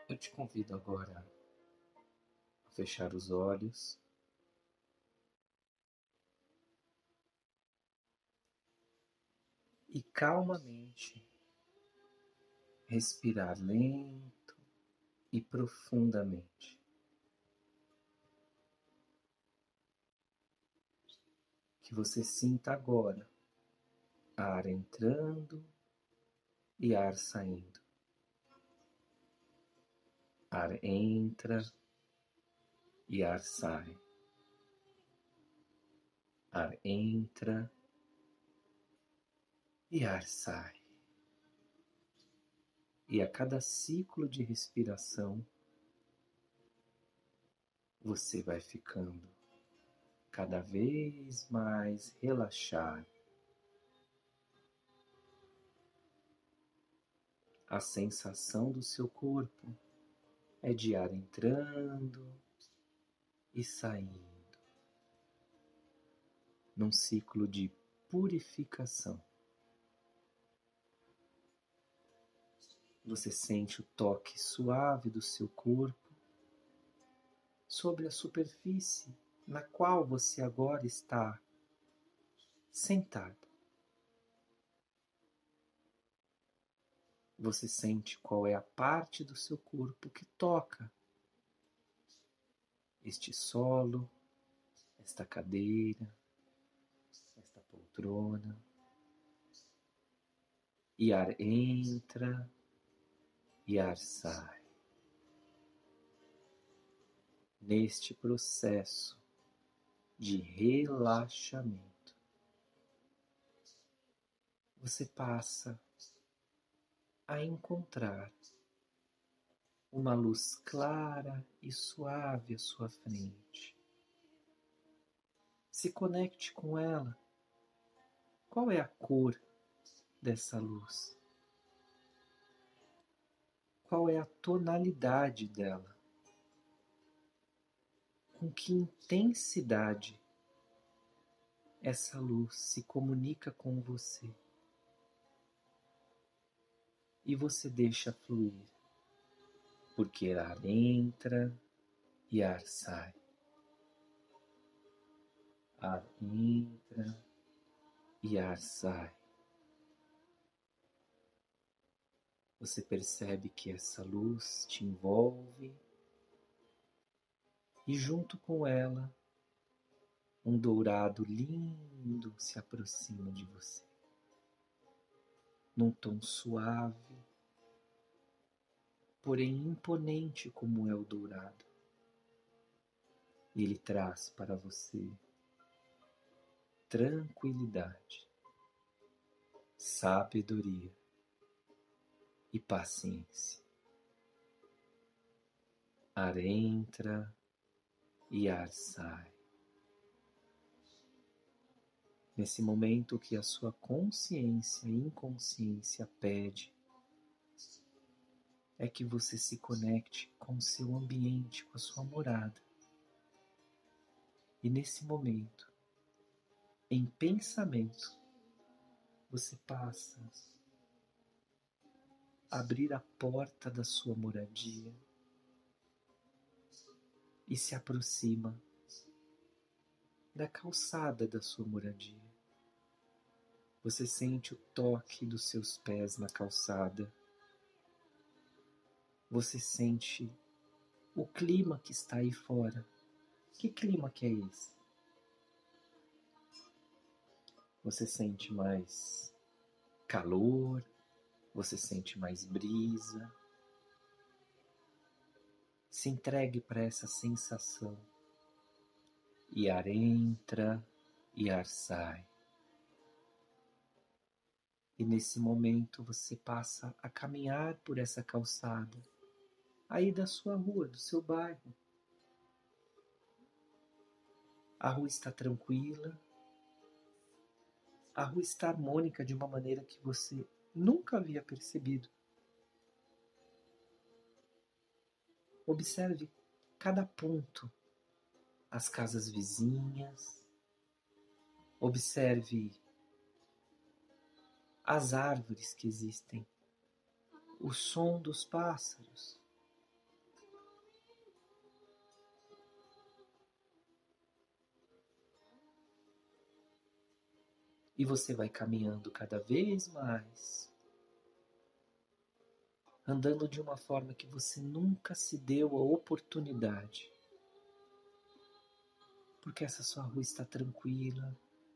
Eu te convido agora a fechar os olhos e calmamente respirar lento e profundamente. Que você sinta agora ar entrando e ar saindo. Ar entra e ar sai. Ar entra e ar sai. E a cada ciclo de respiração, você vai ficando cada vez mais relaxado. A sensação do seu corpo é de ar entrando e saindo, num ciclo de purificação. Você sente o toque suave do seu corpo sobre a superfície na qual você agora está sentado. Você sente qual é a parte do seu corpo que toca este solo, esta cadeira, esta poltrona. E ar entra e ar sai. Neste processo de relaxamento, você passa a encontrar uma luz clara e suave à sua frente. Se conecte com ela. Qual é a cor dessa luz? Qual é a tonalidade dela? Com que intensidade essa luz se comunica com você? E você deixa fluir, porque ar entra e ar sai. Ar entra e ar sai. Você percebe que essa luz te envolve e junto com ela um dourado lindo se aproxima de você. Num tom suave, porém imponente como é o dourado. Ele traz para você tranquilidade, sabedoria e paciência. Ar entra e ar sai. Nesse momento que a sua consciência e inconsciência pede, é que você se conecte com o seu ambiente, com a sua morada. E nesse momento, em pensamento, você passa a abrir a porta da sua moradia e se aproxima da calçada da sua moradia. Você sente o toque dos seus pés na calçada. Você sente o clima que está aí fora. Que clima que é esse? Você sente mais calor? Você sente mais brisa? Se entregue para essa sensação. E ar entra e ar sai. E nesse momento você passa a caminhar por essa calçada, aí da sua rua, do seu bairro. A rua está tranquila, a rua está harmônica de uma maneira que você nunca havia percebido. Observe cada ponto, as casas vizinhas, observe as árvores que existem, o som dos pássaros. E você vai caminhando cada vez mais, andando de uma forma que você nunca se deu a oportunidade. Porque essa sua rua está tranquila,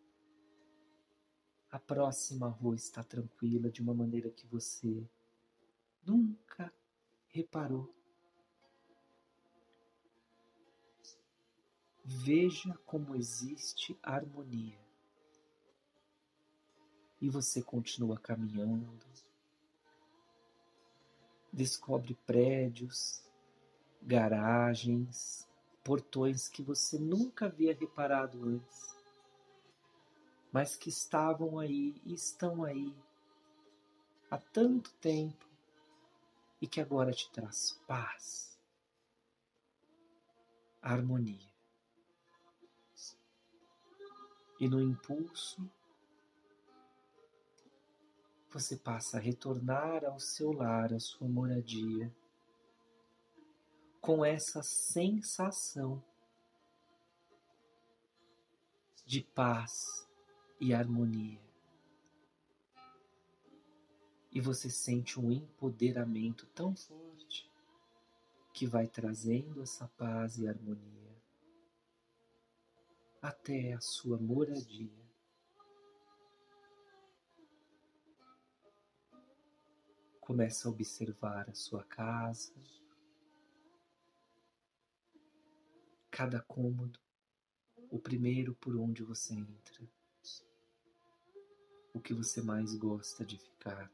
a próxima rua está tranquila de uma maneira que você nunca reparou. Veja como existe harmonia. E você continua caminhando, descobre prédios, garagens, portões que você nunca havia reparado antes, mas que estavam aí e estão aí há tanto tempo e que agora te traz paz, harmonia. E no impulso, você passa a retornar ao seu lar, à sua moradia, com essa sensação de paz e harmonia. E você sente um empoderamento tão forte que vai trazendo essa paz e harmonia até a sua moradia. Começa a observar a sua casa, cada cômodo, o primeiro por onde você entra, o que você mais gosta de ficar.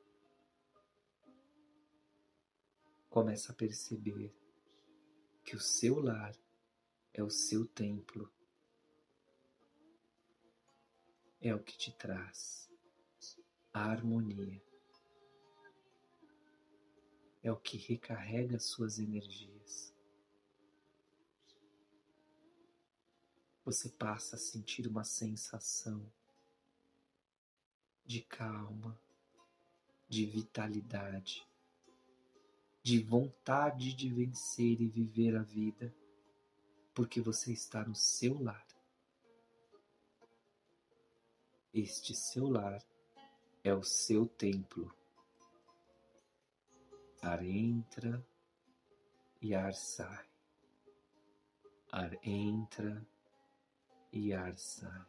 Começa a perceber que o seu lar é o seu templo, é o que te traz a harmonia, é o que recarrega suas energias. Você passa a sentir uma sensação de calma, de vitalidade, de vontade de vencer e viver a vida, porque você está no seu lar. Este seu lar é o seu templo. Ar entra e ar sai. Ar entra e ar sai.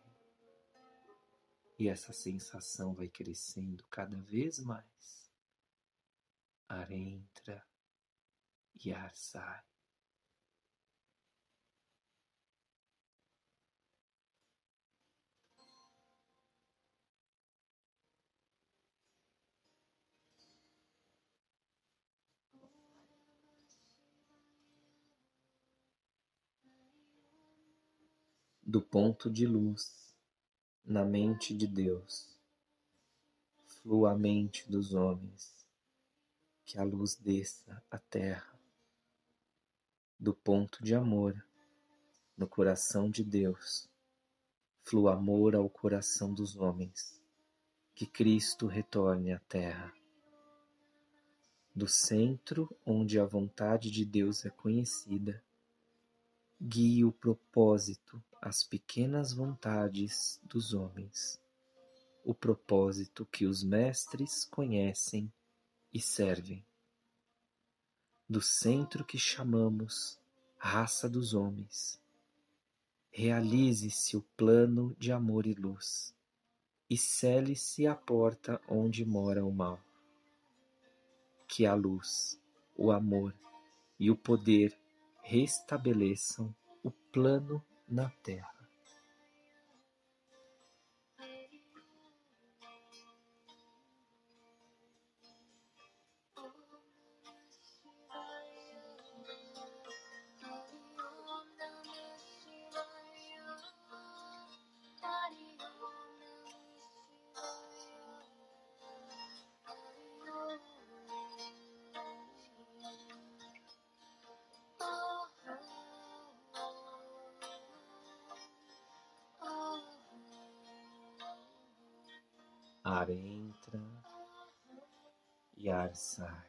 E essa sensação vai crescendo cada vez mais. Ar entra e ar sai. Do ponto de luz na mente de Deus, flua a mente dos homens, que a luz desça à terra. Do ponto de amor no coração de Deus, flua amor ao coração dos homens, que Cristo retorne à terra. Do centro onde a vontade de Deus é conhecida, guie o propósito às pequenas vontades dos homens, o propósito que os mestres conhecem e servem. Do centro que chamamos raça dos homens, realize-se o plano de amor e luz, e cele-se a porta onde mora o mal. Que a luz, o amor e o poder restabeleçam o plano na terra. Ar entra e ar sai.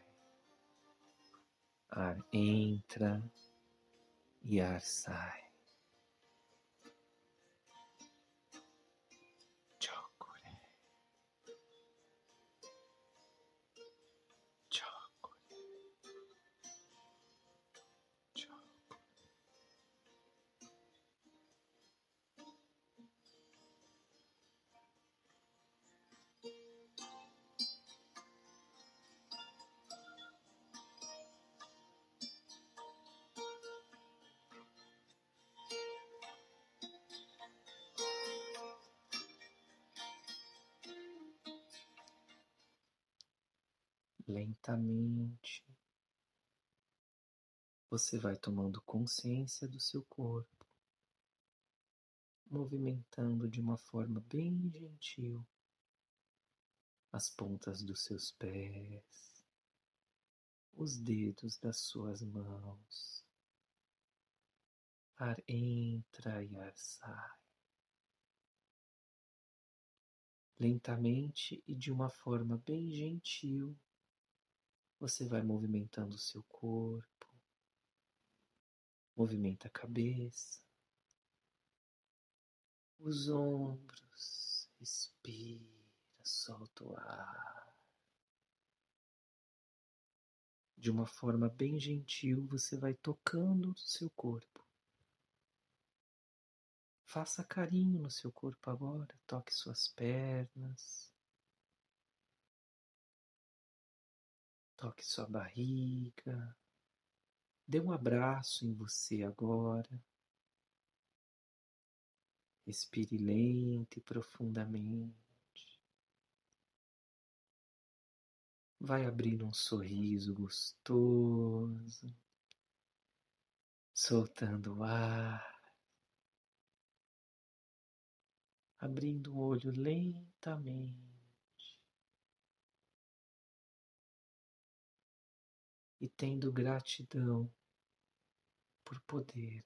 Ar entra e ar sai. Choco. Lentamente, você vai tomando consciência do seu corpo, movimentando de uma forma bem gentil as pontas dos seus pés, os dedos das suas mãos. Ar entra e ar sai. Lentamente e de uma forma bem gentil, você vai movimentando o seu corpo, movimenta a cabeça, os ombros, respira, solta o ar. De uma forma bem gentil, você vai tocando o seu corpo. Faça carinho no seu corpo agora, toque suas pernas, toque sua barriga, dê um abraço em você agora. Respire lento e profundamente. Vai abrir um sorriso gostoso, soltando o ar, abrindo o olho lentamente e tendo gratidão por poder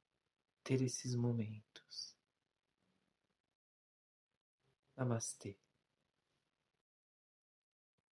ter esses momentos. Namastê.